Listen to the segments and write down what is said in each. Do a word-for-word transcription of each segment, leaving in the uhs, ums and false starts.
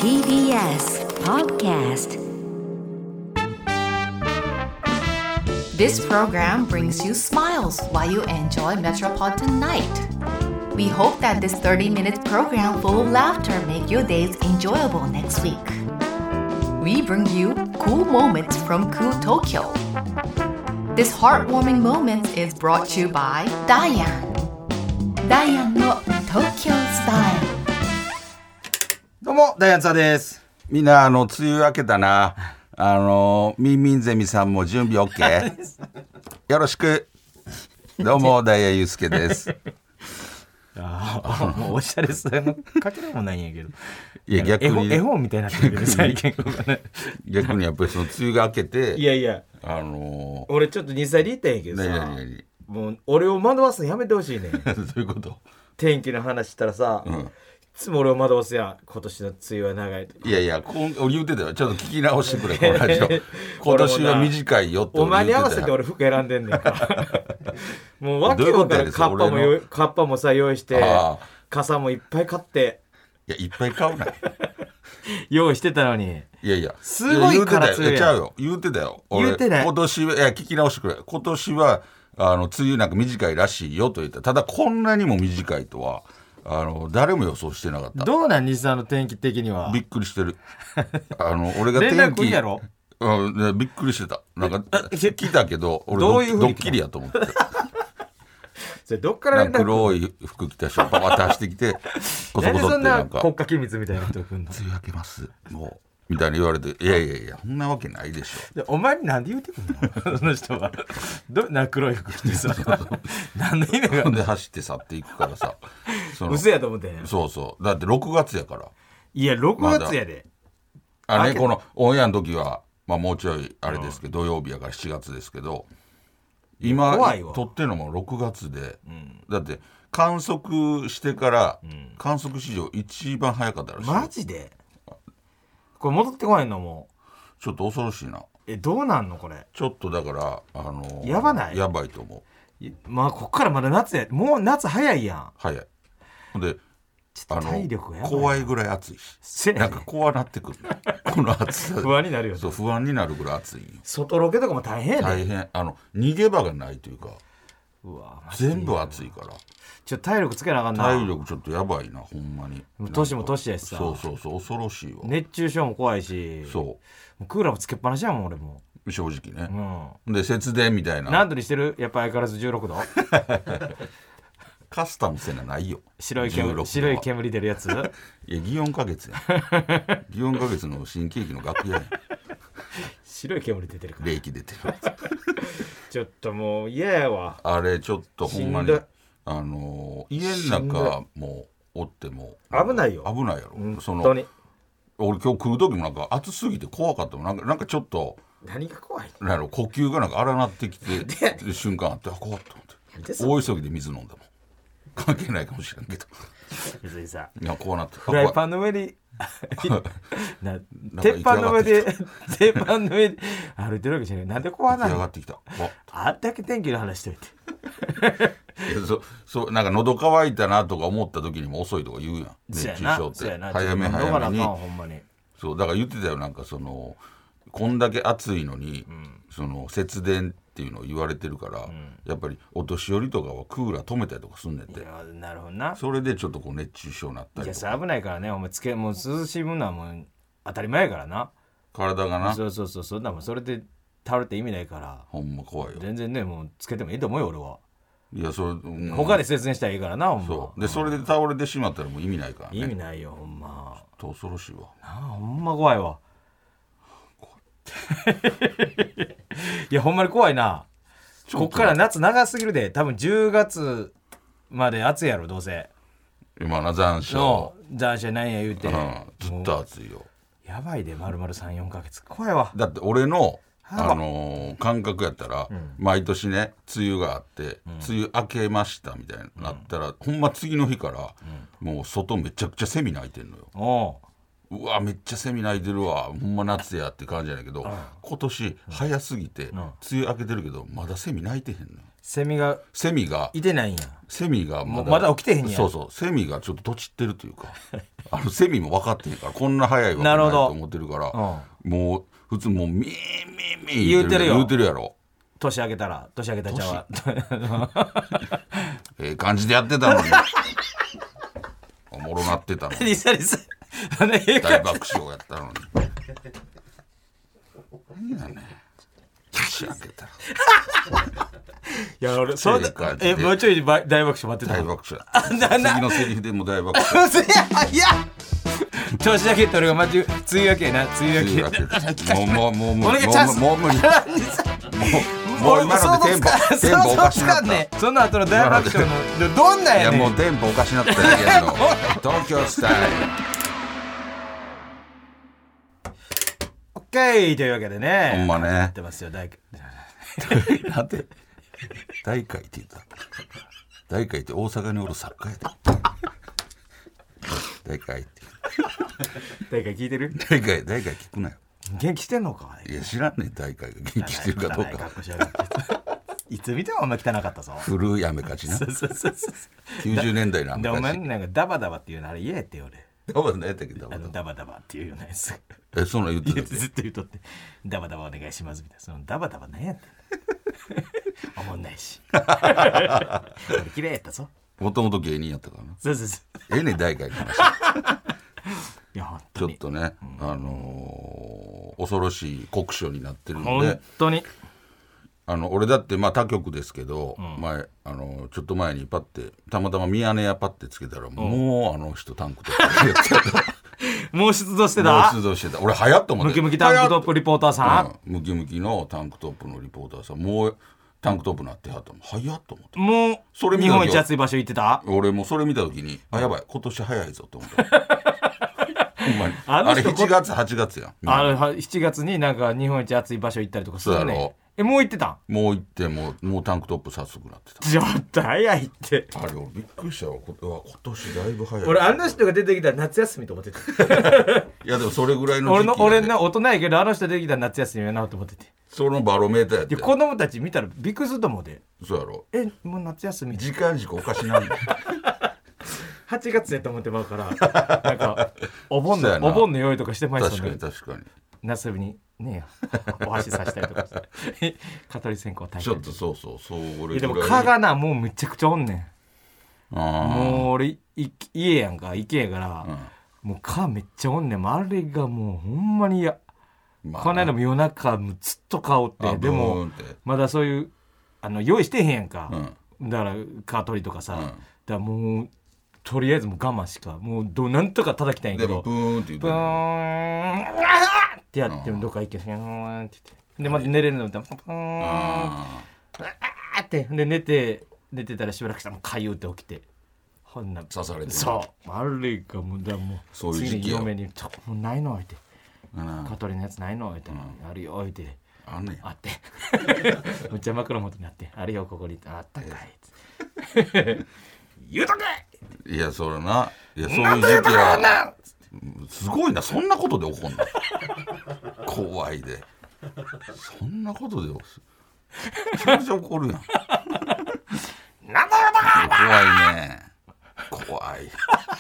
ティービーエス Podcast. This program brings you smiles while you enjoy Metropolitan Night. We hope that this thirty-minute program full of laughter make your days enjoyable next week. We bring you cool moments from cool Tokyo. This heartwarming moment is brought to you by Diane. Diane の Tokyo Style。 どうもダイアンツァです。 みんなあの梅雨明けたな。あのミンミンゼミさんも準備 OK よろしく。どうもダイアンユースケです。 ああもうおしゃれさのかけらもないんやけど、 いや逆に絵本みたいになってるけど最近逆にやっぱりその梅雨が明けて、 いやいやあの俺ちょっと実際に言ったんやけどさ、 何々 もう俺を惑わすのやめてほしいねん。 どういうこと？ 天気の話したらさ、うんいつも俺を惑わすやん。今年の梅雨は長いとか。 いやいやこん俺言うてたよ。ちょっと聞き直してくれこのラジオ今年は短いよってお前に合わせて俺服選んでんねんからもうわけわからんカッパもよカッパもさ用意して傘もいっぱい買っていやいっぱい買うな用意してたのにいやいやすごいから梅雨やちゃうよ言うてたよ俺言うてない今年はいや聞き直してくれ今年はあの梅雨なんか短いらしいよと言った。ただこんなにも短いとはあの誰も予想してなかった。 どうなん日産の天気的には。 びっくりしてるあの俺が天気連絡来るやろ、 うん、びっくりしてた。なんか来たけど俺どういうドッキリやと思ってそれどっから連絡黒い服着た人パパッと走ってきてコソコソってなんか国家機密みたいな人来るの梅雨明けますもうみたいに言われていやいやいやそんなわけないでしょ。 お前になんで言うてくんのその人はどな黒い服着てさ何の意味がで走って去っていくからさ嘘やと思ってんや。 そうそうだってろくがつやから。 いやろくがつやで、 ま、あねこのオンエアの時は、まあ、もうちょいあれですけど、うん、土曜日やからしちがつですけど今撮ってるのもろくがつで、うん、だって観測してから、うん、観測史上一番早かったらしい。 マジでこれ戻ってこないのもちょっと恐ろしいな。 えどうなんのこれ。 ちょっとだからあのー、 やばないやばいと思う。まあこっからまだ夏やもう夏早いやん。 早い。ほんでちょっと体力がやばい怖いぐらい暑いしなんか怖なってくるこの暑さ不安になるよ。 そう不安になるぐらい暑いよ。 外ロケとかも大変やで。 大変あの逃げ場がないというかうわ全部暑いからちょっと体力つけなあかんな。 体力ちょっとやばいなほんまに。 年も年やしさ。 そうそうそう恐ろしいわ。 熱中症も怖いしそうもうクーラーもつけっぱなしやもん俺も正直ね、 うん、 で節電みたいな。 何度にしてるやっぱ相変わらずじゅうろくどカスタムせなないよ。 白い煙白い煙出るやついや祇園花月や祇園花月の新喜劇の楽屋や白い煙出てるから冷気出てるちょっともう嫌やわ。 あれちょっとほんまにあのー、家の中もおっても危ないよ。 危ないやろ。 本当にその俺今日来る時もなんか暑すぎて怖かったもん。なんかなんかちょっと何が怖いのなんやろ呼吸がなんか荒なってきてる瞬間あってあ怖っと思って大急ぎで水飲んだもん。関係ないかもしれんけど別にさいやこうなってフライパンの上にな鉄板の上で鉄板の上で歩いてるわけじゃない。なんで怖ないの。 上がってきた。 あっだけ天気の話しといていや そ, そなんか喉乾いたなとか思った時にも遅いとか言うやん熱中症って早め早めに。 ほんまにそうだから言ってたよ。なんかそのこんだけ暑いのに、うん、その節電っていうのを言われてるから、うん、やっぱりお年寄りとかはクーラー止めたりとかすんねんて。 いやなるほどな。 それでちょっとこう熱中症になったりとか。 いや危ないからねお前つけもう涼しい分のはもう当たり前やからな体がな。 そうそうそうそんなもんそれで倒れて意味ないからほんま怖いよ。 全然ねもうつけてもいいと思うよ俺は。 いやそれ、うん、 他で節電したらいいからなほんま。 そうでそれで倒れてしまったらもう意味ないからね。 意味ないよほんま。 ちょっと恐ろしいわ。 あほんま怖いわいやほんまに怖いな。こっから夏長すぎるで。多分じゅうがつまで暑いやろどうせ。 今な残暑残暑なんや言うて、うん、 ずっと暑いよ。 やばいで丸々 さん,よん ヶ月怖いわ。 だって俺の、あのー、感覚やったら、うん、毎年ね梅雨があって、うん、梅雨明けましたみたいになったら、うん、ほんま次の日から、うん、もう外めちゃくちゃセミ鳴いてんのよ。 おうわめっちゃセミ鳴いてるわほんま夏やって感じやねんけど、うん、今年早すぎて、うん、梅雨明けてるけどまだセミ鳴いてへんのよ。 セミがセミがいてないんや。 セミがまだまだ起きてへんや。 そうそうセミがちょっととちってるというかあのセミも分かってへんからこんな早いわけないと思ってるから、うん、もう普通もうミーミーミー言うてるよ。 言うてるやろ。 年明けたら年明けたちゃうわええ感じでやってたのにおもろなってたのに大爆笑やったのに何やねん年明けたらいや俺そうえもうちょい大爆笑待ってた。 大爆笑次のセリフでも大爆笑いや年明けって俺が間違え梅雨明けな梅雨明けもうもうもうもうもう無理もうもう今のでテンポテンポおかしなった。 その後の大爆笑のどんなんやねん。 いやもうテンポおかしなっただけやの東京スタイル。 オッケーというわけでね。 ほんまね。 やってますよ大なんで大会って言った大会って大阪におる作家やで大会って大会聞いてる大会大会聞くなよ。 元気してんのか。 いや知らんねん大会が元気してるかどうかいつ見てもあんま汚かったぞ。 古いやめかちなきゅうじゅうねんだいのあめかち。 お前なんかダバダバっていうのあれ言えって俺ダバダバやったっけダバダバダバダバっていうようなやつえそんなん言ってたっけずっと言うとってダバダバお願いしますみたいな。そのダバダバ何やってんおもんないし綺麗やったぞ。 もともと芸人やったからな。 そうそうそうええねん大会の話いやちょっとね、うん、あのー、恐ろしい酷暑になってるので本当にあの俺だってまあ他局ですけど、うん、前あのちょっと前にパッてたまたまミヤネ屋パッてつけたら、うん、もうあの人タンクトップやってたもう出動してたもう出動してた。俺早っと思ってムキムキタンクトップリポーターさん、 うん、ムキムキのタンクトップのリポーターさんもうタンクトップなってはったもん早っと思って。 もうそれ日本一暑い場所行ってた。 俺もそれ見た時にあやばい今年早いぞって思ったほんまに あ, あれしちがつはちがつやん。 あれしちがつになんか日本一暑い場所行ったりとかするね。えもう行ってたん。 もう行ってもうもうタンクトップ早速なってた。 ちょっと早いって。 あれびっくりしたわ。今年だいぶ早い。 俺あの人が出てきたら夏休みと思ってたいやでもそれぐらいの時期、ね、 俺の俺の大人やけどあの人出てきたら夏休みやなと思ってて。 そのバロメーターやって。 子供たち見たらびっくりすると思うで。 そうやろ。 えもう夏休み時間軸おかしなんだはちがつやと思ってまうからなんかお盆のお盆の用意とかしてましたね。 確かに確かに夏休みにねお箸さしたりとかして蚊取り線香炊いてちょっとそうそうそう俺でも蚊がなもうめちゃくちゃおんねん。もう俺家やんか池やから、うん、もう蚊めっちゃおんねん。あれがもうほんまに嫌、まあ、この間も夜中もずっと蚊おってでもまだそういうあの用意してへんやんか、うん、だから蚊取りとかさ、うん、だからもうとりあえずもう我慢しかもうどなんとか叩きたいんやけどでもブーンって言ってブーンってやってもどっか行けへんって言ってでまた寝れるのだブーンってで寝て寝てたらしばらくしたらかゆうって起きてほんな刺されてそうあれがもうだもうそういう時期や次の嫁にちょもうないのって蚊取りのやつないのってあるよってあんねんあってむっちゃ枕元にあってあれよここにあったかいって言うとけいやそれないやそういう時期はすごいなそんなことで怒んの怖いでそんなことでめちゃめちゃ怒るやんなんだよだ怖いね怖い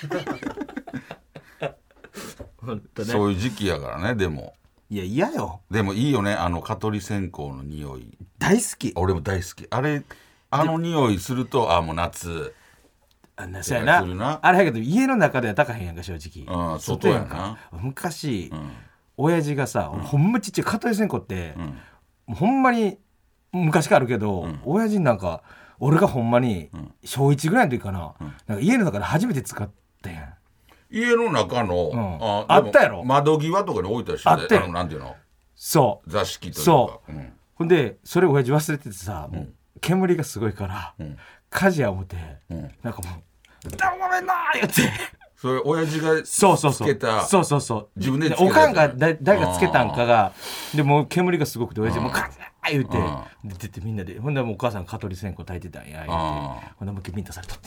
本当ねそういう時期やからね。でもいや嫌よ。 でもいいよねあの蚊取り線香の匂い大好き。 俺も大好きあれあの匂いするとあもう夏あんなそうやななあれやけど家の中では高へんやんか正直、 うん、外やな昔、うん、親父がさ、うん、ほんまちっちゃい蚊取り線香って、うん、ほんまに昔からあるけど、うん、親父なんか俺がほんまに小いちぐらいの時かな、うん、なんか家の中で初めて使ったやん家の中の、うん、 あ, あったやろ窓際とかに置いたりしてあったやろなんていうのそう座敷というかそう、うん、ほんでそれ親父忘れててさ、うん、煙がすごいから、うん、火事や思って、うん、なんかもうごめんなー言ってそれ親父がつけたそうそうそう自分でつけたおかんが誰がつけたんかがでもう煙がすごくて親父もカッー言うてで出てみんなでほんでもうお母さん蚊取り線香炊いてたんや言うてほんでもうビンタされたって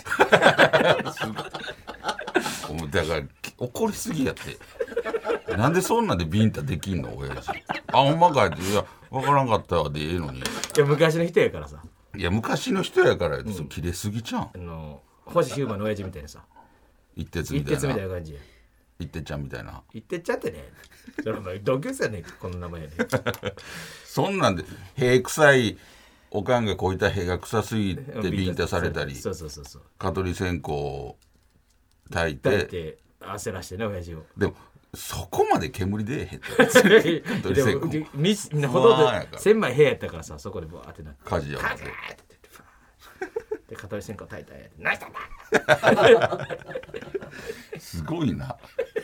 だから怒りすぎやってなんでそんなんでビンタできんの親父あほんまかいっていや分からんかったわでええのにいや昔の人やからさいや昔の人やから切れすぎちゃう、 あの星ヒューマンの親父みたいなさ一徹みたいな一徹みたいな感じや一徹ちゃんみたいな一徹ちゃんってねそれお前同級生やねんこの名前やねそんなんで屁臭いおかんがこいた屁が臭すぎてビンタされたりそうそうそうそう蚊取り線香を焚いて抱いて焦らしてね親父をでもそこまで煙出えへんって蚊取り線香でみみんなほとんど狭い部屋やったからさそこでバーってなって火事やもんねで蚊取り線香焚いたんや何したんだすごいな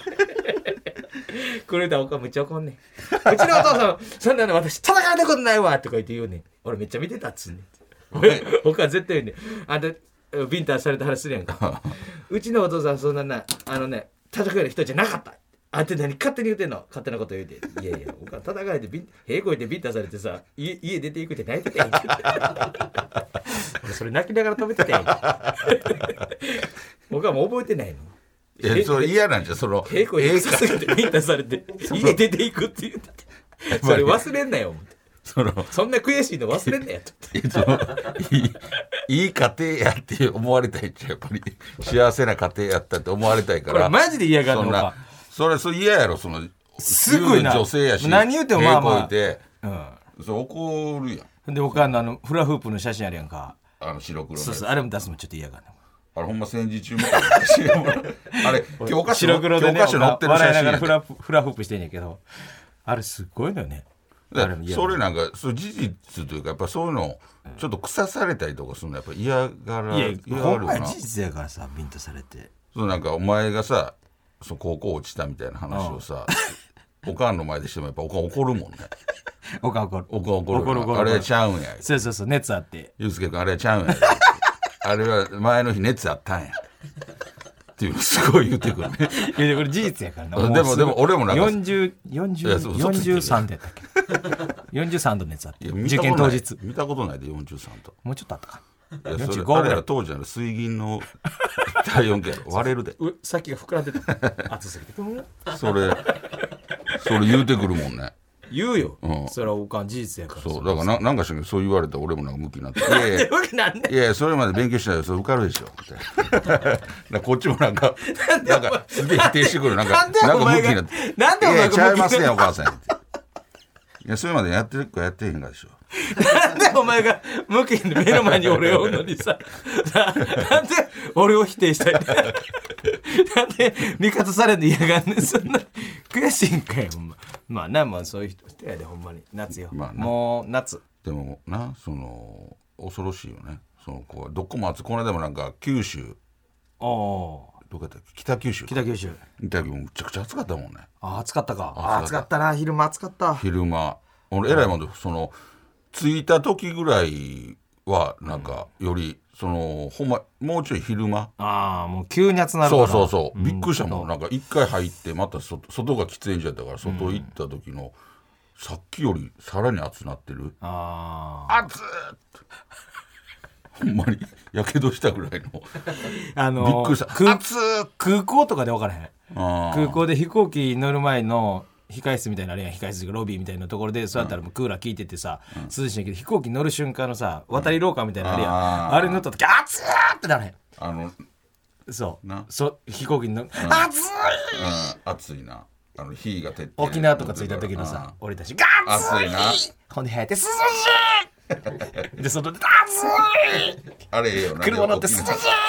これだおかんめっちゃ怒んねんうちのお父さんそんなの私戦われたことないわとか言って言うねん俺めっちゃ見てたっつうねんおかん絶対言うねんあんたビンタされた話するやんかうちのお父さんそんななあのね戦うような人じゃなかったあんた何勝手に言うてんの勝手なこと言うていやいやおかん戦われてビン屁こいてビンタされてさ家, 家出ていくって泣いてたやん俺それ泣きながら止めてたやんおかんも覚えてないのいやそれ嫌なんじゃその屁こいてさすぎてビンタされて家出ていくって言っててそれ忘れんなよ思ってそのそんな悔しいの忘れんなよってそのいい、いい家庭やって思われたいっちゃやっぱり幸せな家庭やったって思われたいからこれマジで嫌がるのかそれそれ嫌やろそのすごいな女性やし何言うてもまあまあ屁こいて、 うん、 それ怒るやんでおかんのあのフラフープの写真あるやんかあの白黒のそうそうあれも出すのちょっと嫌がるのあれほんま戦時中みたいなあれ教科書白黒でね教科書載ってる写真笑いながらフラフラフープしてんやけどあれすごいのよねあれも嫌それなんかそう事実というかやっぱそういうのちょっと腐されたりとかするのやっぱ嫌がらいや嫌がほんまるよな事実やからさビンタされてそうなんかお前がさそう高校落ちたみたいな話をさおかんの前でしてもやっぱおかん怒るもんねおかん怒るおかん怒る怒る怒るあれはちゃうんやそうそうそう熱あってゆうすけ君あれはちゃうんやあれは前の日熱あったんやっていうのすごい言ってくるねいやこれ事実やからなでもでも俺もなんかよんじゅう、よんじゅう、よんじゅうさんどやったっけよんじゅうさんど熱あって受験当日見たことないでよんじゅうさんどもうちょっとあったかいやそれあれら当時の水銀の体温計割れるでさっきが膨らんでた熱すぎてそれそれ言うてくるもんね言うよ、 うん、 それはおかん事実やからそうだからななんかしらそう言われたら俺もなんか向きになっていやいやいやそれまで勉強しないよそれ受かるでしょみたいなこっちもなんかなんかすげえ否定してくるなんかなんか向きになってなんでお前がいやちゃいますねお母さんっていやそれまでやってるかやってへんかでしょなんでお前が向きに目の前に俺をおるのにさなんで俺を否定したいんだなんで味方されんで嫌がんねんそんな悔しいんかよほんままあなまあそういう人やでほんまに夏よ、まあ、もう夏でもなその恐ろしいよねそのこうどこも暑いこの間もなんか九州おどこやったっけ北九州北九州北九州もむちゃくちゃ暑かったもんねあ暑かったかあ暑かったな昼間暑かった昼間俺えらいもんでその着いた時ぐらいはなんかよりそのほんまもうちょい昼間ああもう急に暑なるからそうそうそうびっくりしたもんなんか一回入ってまた 外, 外が喫煙所やったから外行った時の、うん、さっきよりさらに暑なってるああ暑っほんまにやけどしたぐらいのあのー、 びっくりした空, 暑空港とかで分からへんあ空港で飛行機乗る前の控室みたいなあれやん控室ロビーみたいなところで座ったらもうクーラー効いててさ、うん、涼しいけど飛行機乗る瞬間のさ渡り廊下みたいなあれやん、うん、あ, あれ乗った時熱ーってならへんあのそうなそ飛行機に乗る、 うん、 熱い、 うん、熱いなあの火が照って沖縄とか着いた時のさ降りたしガッツ熱いなほんで生えて涼しいで外で熱いあれええよな車乗って涼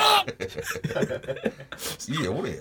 しいいいよ俺や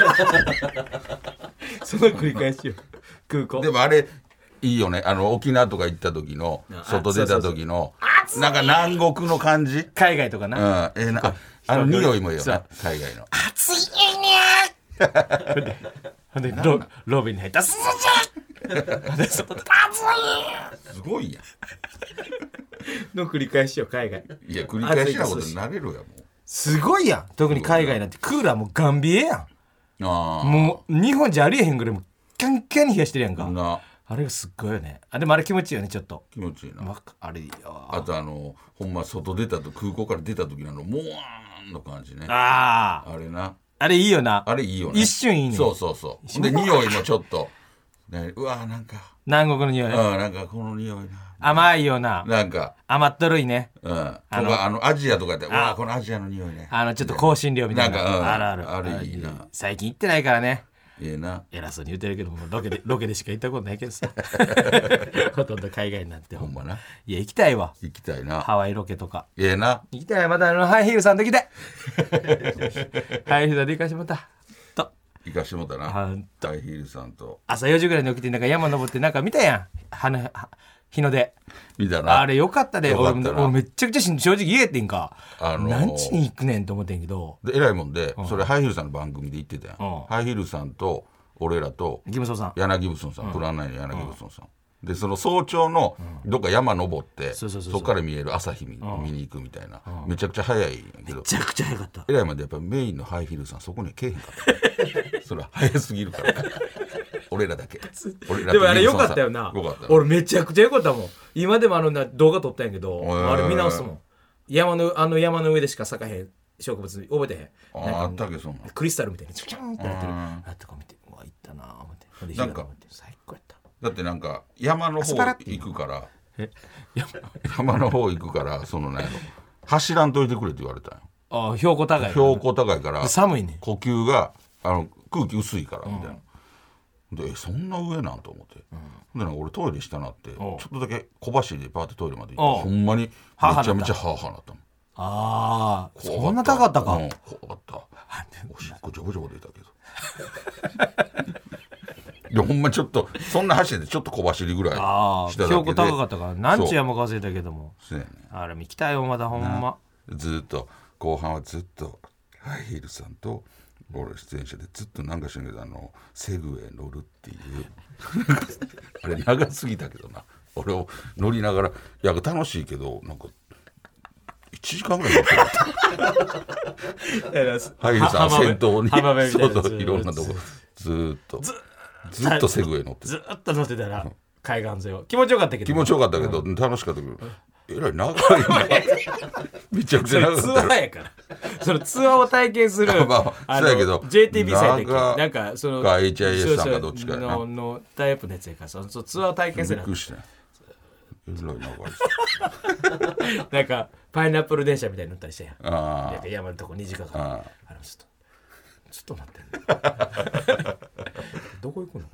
その繰り返しよ空港でもあれいいよねあの沖縄とか行った時の外出た時のなんか南国の感じ海外とかな、 うん、えー、なあの匂いもいいよな海外の暑いねほんでロ, ロビーに入ったら涼しいで外で暑いすごいやの繰り返しよ海外いや繰り返しなことになれるやもうすごいやん特に海外なんてクーラーもガンビエやんあもう日本じゃありえへんぐらいもうキャンキャンに冷やしてるやんかなあれがすっごいよねあでもあれ気持ちいいよねちょっと気持ちいいなあれいいよあとあのほんま外出たと空港から出た時のもわーんの感じねあああれなあれいいよなあれいいよね一瞬いいねそうそうそうで匂いもちょっとね、うわなんか南国の匂い、 うん、なんかこの匂いな甘いようななんか甘っとるいね、 うん、あのあのアジアとかでうわこのアジアの匂いねあのちょっと香辛料みたいななんか、うん、 あるあるあれいいな最近行ってないからねいいな偉そうに言ってるけどもロケでロケでしか行ったことないけどさほとんど海外になってほんまないや行きたいわ行きたいなハワイロケとかええな行きたいまたあのハイヒールさんと来てハイヒールさんで行かしてもらったと行かしてもらったなハイヒールさんと朝よじぐらいに起きてなんか山登ってなんか見たやんはの日の出見たなあれよかったでよかったな俺めっちゃくちゃ正直言えてんか、 あのー、 何時に行くねんと思ってんけどで偉いもんで、うん、それハイヒールさんの番組で言ってたやん、うん、ハイヒールさんと俺らとギブソンさん柳ギブソンさん、うん、プランナインの柳ギブソンさん、うん、でその早朝のどっか山登って、うん、そこから見える朝日 見,、うん、見に行くみたいな、うん、めちゃくちゃ早いけどめちゃくちゃ早かった偉いまでやっぱメインのハイヒールさんそこには来えへんかったそれは早すぎるから俺らだけ俺らでもあれよかったよなよかった俺めちゃくちゃよかったもん今でもあのな動画撮ったんやけどあれ見直すもん山のあの山の上でしか咲かへん植物覚えてへんああったっけそんなクリスタルみたいにチュキュンってなってるあったか見てうわ行ったな思ってなんか最高やっただってなんか山の方行くからえ 山, 山の方行くからそのね走らんといてくれって言われたんよあ標高高い標高高いから寒いね呼吸があの空気薄いからみたいな、うん、でそんな上なんと思って、うん、でなんか俺トイレしたなってちょっとだけ小走りでパーってトイレまで行ってほんまにめちゃめちゃハーハーなったもんああそんな高かったか、 うん、怖かったおしっこジョボジョボ出たけどいやほんまちょっとそんな走りでちょっと小走りぐらいしただけで標高高かったから何ち山か忘れたけどもそうやねあれ見きたいよまだほんまずっと後半はずっとハイヒールさんと俺出演者でずっとなんかしらんけどあのセグウェイ乗るっていうあれ長すぎたけどな俺を乗りながらいや楽しいけどなんかいちじかんぐらい乗ってたハイヒールさん先頭にそうそういろんなとこずっとずっとセグウェイ乗ってずっと乗ってたら海岸沿いを気持ちよかったけど気持ちよかったけど、うん、楽しかったけどえらい長いなめちゃくちゃ長かったツアーやからそのツアーを体験するまあ、あそうやけどジェイティービー さんやなんかそのエイチアイエス さんかどっちかやなの, のタイプのやつやからそのツアーを体験するびっくりしたえらい長いですなんかパイナップル電車みたいに乗ったりしてやあなんか山のとこにじかかんああちょっとちょっと待ってんのどこ行くの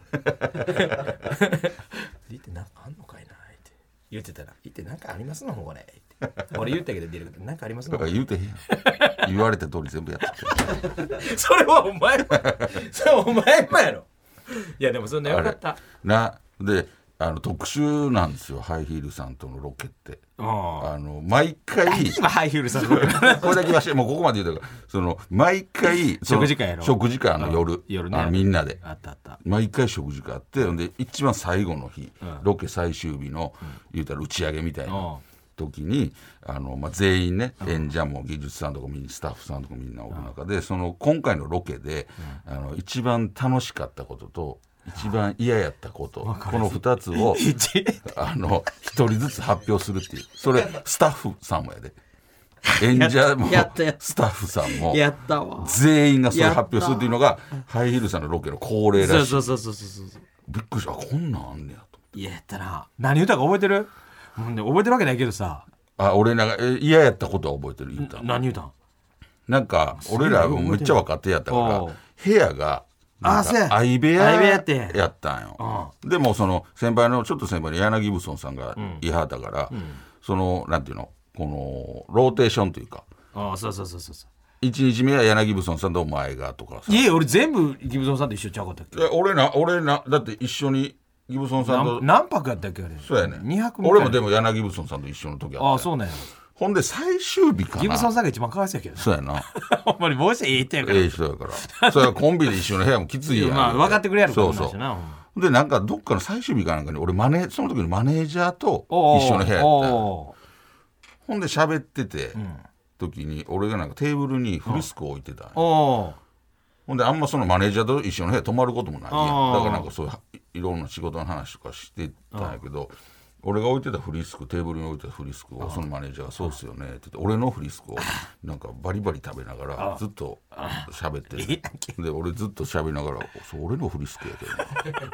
行ってなんかあんのかいなって言ってたら行ってなんかありますのこれ俺言ったけど出るけどなんかありますの言うてへん言われた通り全部やっててそれはお前それはお前もやろいやでもそんなよかったなであの特殊なんですよハイヒールさんとのロケってあの毎回今ハイヒールさんこれだけはしてもうここまで言うたからその毎回食事会やろ食事会の夜、 夜ね、 あのみんなであったあった毎回食事会あってで一番最後の日、うん、ロケ最終日の、うん、言うたら打ち上げみたいな時にあの、まあ、全員ね、うん、演者も技術さんとかみんなスタッフさんとかみんなおる中で、うん、その今回のロケで、うん、あの一番楽しかったことと一番嫌やったことこのふたつをあのひとりずつ発表するっていうそれスタッフさんもやで演者もスタッフさんも全員がそれ発表するっていうのがハイヒールさんのロケの恒例らしいそうそうそうそうそうびっくりしたこんなんあんねやといややったな何言ったか覚えてる覚えてるわけないけどさあ俺なんか嫌やったことは覚えてる言うた何言うたんなんか俺らもめっちゃ若手やったから部屋があそうや相部屋やったんよでもその先輩のちょっと先輩の柳ブソンさんがいはったから、うんうん、そのなんていうのこのローテーションというかあそうそうそうそういちにちめは柳ブソンさんとお前がとかさいや俺全部ギブソンさんと一緒ちゃうかったっけ俺な俺なだって一緒にギブソンさんと何泊やったっけあれそうやねにはく俺もでも柳ブソンさんと一緒の時あったあそうなんやほんで最終日かなギブソンさんが一番かわいそうやけどそうやなほんまにもうしていい人やからええ人やからそれはコンビで一緒の部屋もきついやんまあ分かってくれやろそうそうでなんかどっかの最終日かなんかに俺マネその時のマネージャーと一緒の部屋やったほんで喋ってて、うん、時に俺がなんかテーブルにフリスクを置いてたほんであんまそのマネージャーと一緒の部屋泊まることもないやんだからなんかそういういろんな仕事の話とかしてたんやけど俺が置いてたフリスクテーブルに置いてたフリスクをそのマネージャーがそうっすよねって言って俺のフリスクをなんかバリバリ食べながらずっと喋ってで俺ずっと喋りながらそれ俺のフリスクやけどな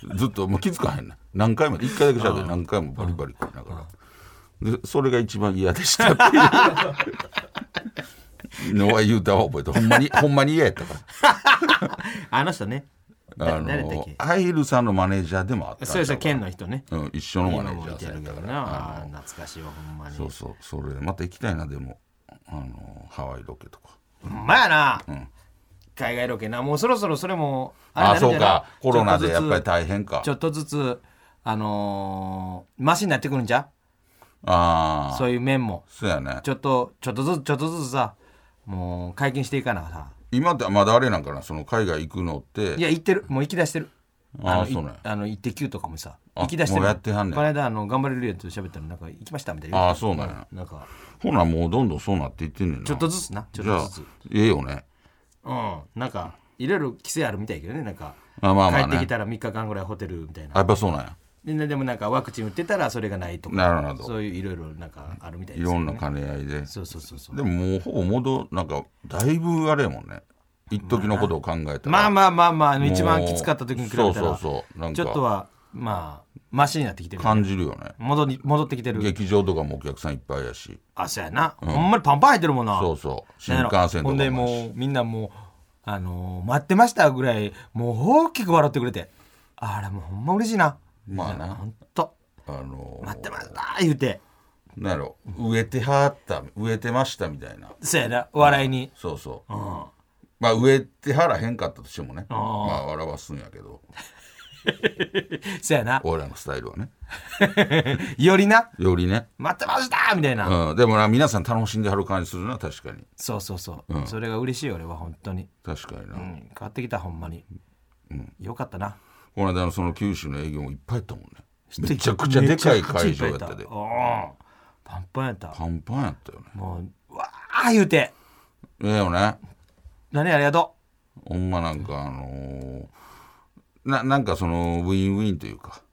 ずっともう気づかへんねん何回もいっかいだけしゃべる何回もバリバリ食いながらでそれが一番嫌でしたっていうのは言うたわ覚えてほんまにほんまに嫌やったからあの人ねあのアイルさんのマネージャーでもあったんそうそう県の人ね、 うん、一緒のマネージャーさんやったからあ懐かしいわほんまにそうそうそれでまた行きたいなでもあのハワイロケとかほんまやな、 うん、 海外ロケなもうそろそろそれもああそうかコロナでやっぱり大変かちょっとずつあのー、マシになってくるんじゃあそういう面もそうやねちょっとちょっとずつちょっとずつさもう解禁していかなさ今ってまだあれなんかなその海外行くのっていや行ってるもう行き出してるああそうねあのイッテ Q とかもさ行き出してるもうやってはんねんこの間あの頑張れるやつと喋ったらなんか行きましたみたいなああそうなんやなんかほなもうどんどんそうなっていってんねんなちょっとずつなちょっとずつじゃあええよねうんなんかいろいろ規制あるみたいけどねなんかあまあまあね帰ってきたらみっかかんぐらいホテルみたいなあやっぱそうなんやで, でもなんかワクチン打ってたらそれがないとかなるほどそういういろいろなんかあるみたいいですよねろんな兼ね合いでそうそうそうそうでももうほぼ戻なんかだいぶあれやもんね一時のことを考えたらまあまあまあまあもう一番きつかった時に比べたらそうそうそうなんかちょっとはまあマシになってきてる、ね、 感じるよね戻り戻ってきてる劇場とかもお客さんいっぱいやしあそうやな、うん、ほんまにパンパン入ってるもんなそうそう新幹線とかもあるしほんでもうみんなもうあのー、待ってましたぐらいもう大きく笑ってくれてあれもうほんま嬉しいなまあなほんとあのー、 待ってました言うてなんやろ植えてはった植えてましたみたいなそうやな笑いに、 うん、そうそう、 うん、 まあ植えてはらへんかったとしてもねまあ笑わすんやけどそうやな俺らのスタイルはねよりなよりね待ってましたみたいな、 うん、でもな皆さん楽しんではる感じするな確かにそうそうそう、うん、それが嬉しい俺は本当に確かにな、うん、 変わってきたほんまに、うん、よかったなこの間のその九州の営業もいっぱいやったもんねめちゃくちゃでかい会場やったでパンパンやったパンパンやったよねもうわー言うてええよね何ありがとうほんまなんかあのー、な, なんかそのウィンウィンというか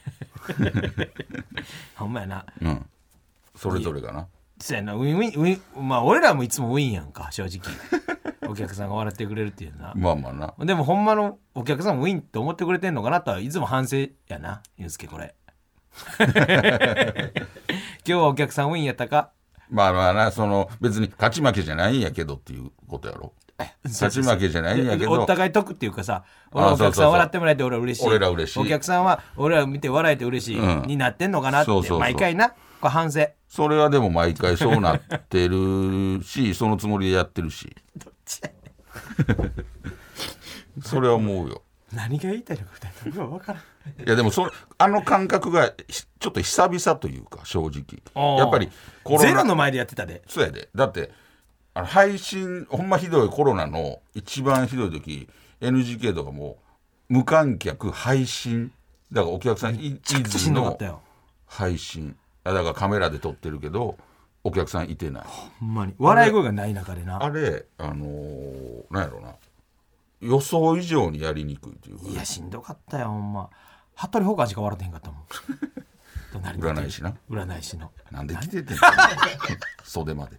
ほんまやなうんそれぞれがなそうやなウィンウィンウィンまあ俺らもいつもウィンやんか正直お客さんが笑ってくれるっていうなまあまあなでもほんまのお客さんもウィンって思ってくれてんのかなとはいつも反省やなユースケこれ今日はお客さんウィンやったかまあまあなその別に勝ち負けじゃないんやけどっていうことやろ勝ち負けじゃないんやけどお互い得っていうかさ俺お客さん笑ってもらえて俺は嬉しい俺ら嬉しいお客さんは俺ら見て笑えて嬉しい、うん、になってんのかなってそうそうそう毎回なこれ反省それはでも毎回そうなってるしそのつもりでやってるしどっちやねんそれは思うよ何が言いたいのかふたりとも分からんいやでもそれあの感覚がちょっと久々というか正直やっぱりコロナゼロの前でやってたでそうやでだってあの配信ほんまひどいコロナの一番ひどい時 エヌジーケー とかも無観客配信だからお客さんいずの配信だからカメラで撮ってるけどお客さんいてないほんまに笑い声がない中でなあれあのー、なんやろな予想以上にやりにくいというか、ね、 いやしんどかったよほんま服部砲しか笑ってへんかったもん占い師な占い師のなんで来ててんの袖まで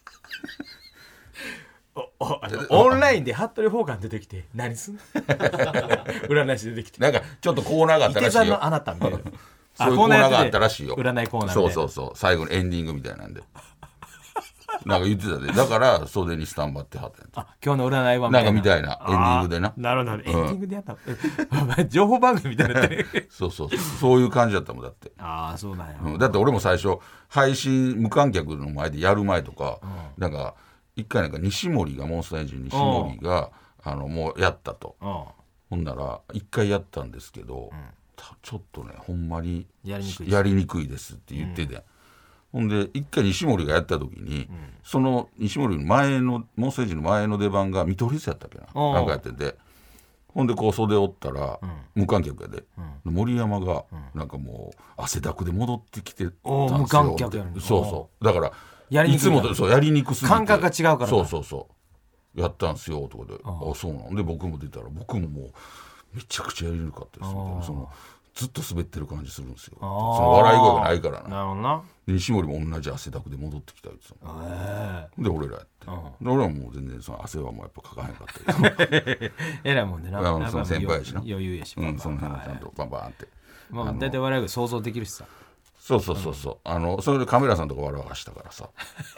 おおあのオンラインで服部砲出てきて何すんの占い師出てきてなんかちょっとコーナーがあったらしいよ池さんのあなたみたいなそういうコーナーがあったらしいよ占いコーナーそうそうそう最後のエンディングみたいなんでなんか言ってたでだから袖にスタンバってはったんやあ今日の占いはなんかみたいなエンディングでななるほど、うん、エンディングでやった情報番組みたいなってそうそうそうそういう感じだったもんだってああそうなんや、 うん、だって俺も最初配信無観客の前でやる前とか、うん、なんか一回なんか西森がモンスターエンジン西森があのもうやったとほんなら一回やったんですけど、うん、ちょっとねほんまにやりにくいです、やりにくいですって言ってて、うんほんで一回西森がやった時に、うん、その西森の前のモンスターエンジンの前の出番が見取り図やったっけななんかやっててほんでこう袖おったら、うん、無観客やで、うん、森山がなんかもう汗だくで戻ってきてたんですよ無観客やるのそうそうだからやりにくいいつもとそうやりにくすぎて感覚が違うからそうそうそうやったんすよとかでああそうなんで僕も出たら僕ももうめちゃくちゃやりにくかったですみたいなそのずっと滑ってる感じするんですよ。その笑い声がないからな。 なるほどな。 西森も同じ汗だくで戻ってきたりさ、えー、で俺らやって、うん、で俺はもう全然その汗はもうやっぱかかへんかったけどえらいもんでな、 その先輩やしな、 余裕やし、 うん、その辺はちゃんとバンバンって、 まあ、大体笑い声想像できるしさ。 そうそうそうそう、うん、あのそれでカメラさんとか笑わしたからさ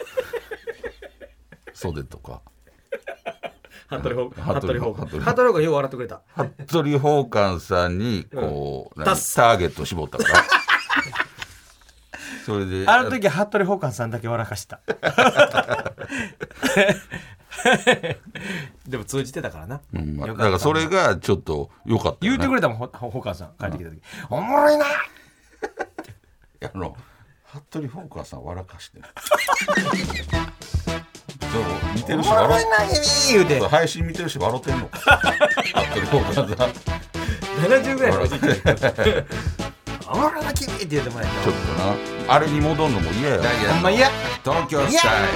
袖とか服部宝冠服部宝冠服部宝冠よう笑ってくれた。 服部宝冠さんにこう、うん、ターゲット絞ったからそれであの時服部宝冠さんだけ笑かしたでも通じてたからな、 うん、まあ、だからそれがちょっと良かった、ね、 言うてくれたもん宝冠さん帰ってきた時、うん、おもろいなあの服部宝冠さん笑かしてそう見てる人笑言うて配信見てる人笑ってんの服部宝冠さんななじゅうぐらいの時おもろな君って言うてもらえた。 ちょっとなあれに戻るのも嫌や。 ほんま嫌。 東京スタイル。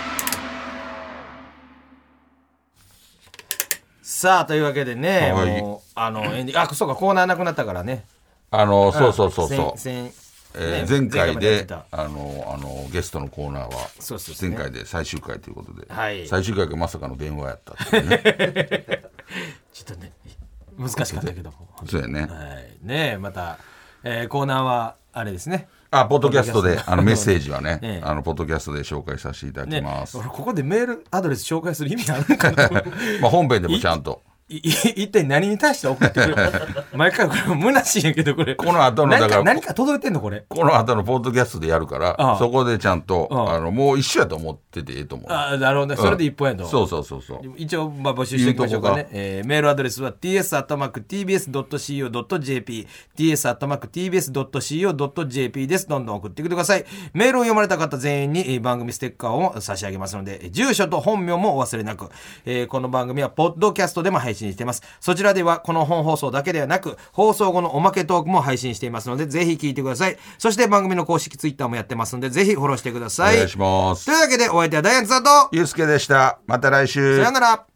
さあというわけでね、はい、もうあのエンディあそうかコーナーなくなったからね。 あのそうそうそうそう。 先えー、前回であのあのゲストのコーナーはそうそう、ね、前回で最終回ということで、はい、最終回がまさかの電話やったっていうね。 ちょっとね難しかったけども。 そうやね。はい、 ねまた。えー、コーナーはあれですね。 あポッドキャストであのメッセージはね、ええ、あのポッドキャストで紹介させていただきます。 ね、ここでメールアドレス紹介する意味あるのかな。 まあ本編でもちゃんと。 い一体何に対して送ってくる毎回これ虚しいんやけどこれこの後のだから何か何か届いてんのこれこの後のポッドキャストでやるからああそこでちゃんと あ, あのもう一緒やと思ってていいと思う。 あなるほどね、うん、それで一本やと。 そうそうそうそう一応まあ募集していきましょうかね。えー、メールアドレスは ティーエス アットマーク ティービーエス ドット シーオー ドット ジェーピー ティーエス アットマーク ティービーエス ドット シーオー ドット ジェーピー です。どんどん送ってきてください。メールを読まれた方全員に番組ステッカーを差し上げますので住所と本名もお忘れなく、えー、この番組はポッドキャストでも配信しています。そちらではこの本放送だけではなく放送後のおまけトークも配信していますのでぜひ聞いてください。そして番組の公式ツイッターもやってますのでぜひフォローしてください。 お願いします。 というわけでお相手はダイアンツさんとゆうすけでした。また来週。 さよなら。